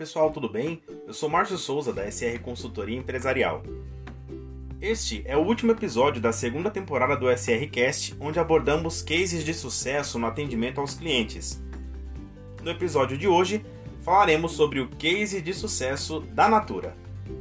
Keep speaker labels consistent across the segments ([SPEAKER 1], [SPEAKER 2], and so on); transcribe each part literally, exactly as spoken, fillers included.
[SPEAKER 1] pessoal, tudo bem? Eu sou Márcio Souza da S R Consultoria Empresarial. Este é o último episódio da segunda temporada do S R Cast, onde abordamos cases de sucesso no atendimento aos clientes. No episódio de hoje, falaremos sobre o case de sucesso da Natura.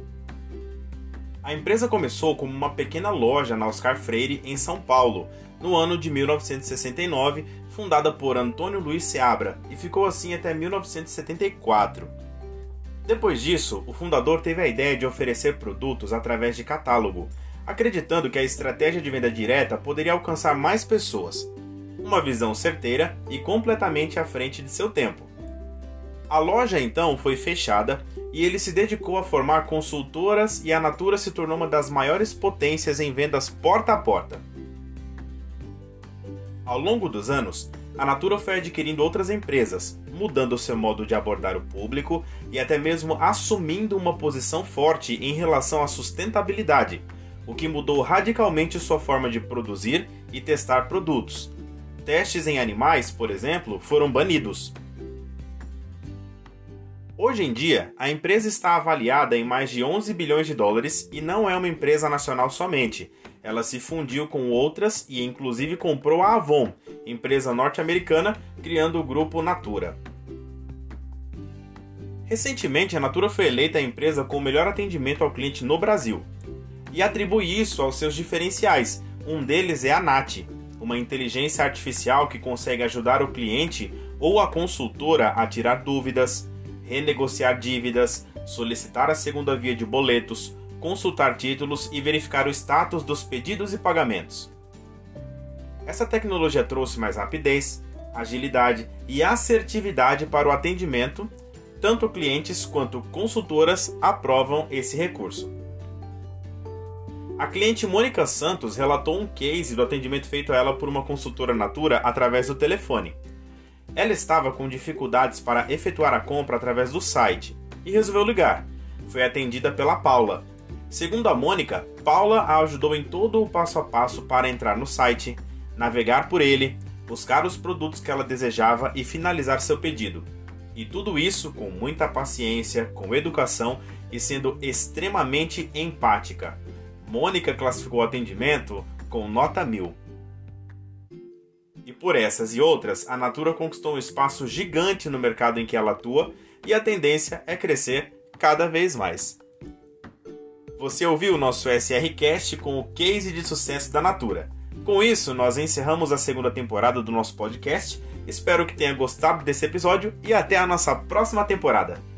[SPEAKER 1] A empresa começou como uma pequena loja na Oscar Freire, em São Paulo, no ano de mil novecentos e sessenta e nove, fundada por Antônio Luiz Seabra, e ficou assim até mil novecentos e setenta e quatro. Depois disso, o fundador teve a ideia de oferecer produtos através de catálogo, acreditando que a estratégia de venda direta poderia alcançar mais pessoas. Uma visão certeira e completamente à frente de seu tempo. A loja então foi fechada e ele se dedicou a formar consultoras, e a Natura se tornou uma das maiores potências em vendas porta a porta. Ao longo dos anos, a Natura foi adquirindo outras empresas, mudando seu modo de abordar o público e até mesmo assumindo uma posição forte em relação à sustentabilidade, o que mudou radicalmente sua forma de produzir e testar produtos. Testes em animais, por exemplo, foram banidos. Hoje em dia, a empresa está avaliada em mais de onze bilhões de dólares e não é uma empresa nacional somente. Ela se fundiu com outras e inclusive comprou a Avon, empresa norte-americana, criando o grupo Natura. Recentemente, a Natura foi eleita a empresa com o melhor atendimento ao cliente no Brasil. E atribui isso aos seus diferenciais. Um deles é a Nati, uma inteligência artificial que consegue ajudar o cliente ou a consultora a tirar dúvidas, renegociar dívidas, solicitar a segunda via de boletos, consultar títulos e verificar o status dos pedidos e pagamentos. Essa tecnologia trouxe mais rapidez, agilidade e assertividade para o atendimento. Tanto clientes quanto consultoras aprovam esse recurso. A cliente Mônica Santos relatou um case do atendimento feito a ela por uma consultora Natura através do telefone. Ela estava com dificuldades para efetuar a compra através do site e resolveu ligar. Foi atendida pela Paula. Segundo a Mônica, Paula a ajudou em todo o passo a passo para entrar no site, navegar por ele, buscar os produtos que ela desejava e finalizar seu pedido. E tudo isso com muita paciência, com educação e sendo extremamente empática. Mônica classificou o atendimento com nota mil. E por essas e outras, a Natura conquistou um espaço gigante no mercado em que ela atua e a tendência é crescer cada vez mais. Você ouviu o nosso S R Cast com o case de sucesso da Natura. Com isso, nós encerramos a segunda temporada do nosso podcast. Espero que tenha gostado desse episódio e até a nossa próxima temporada.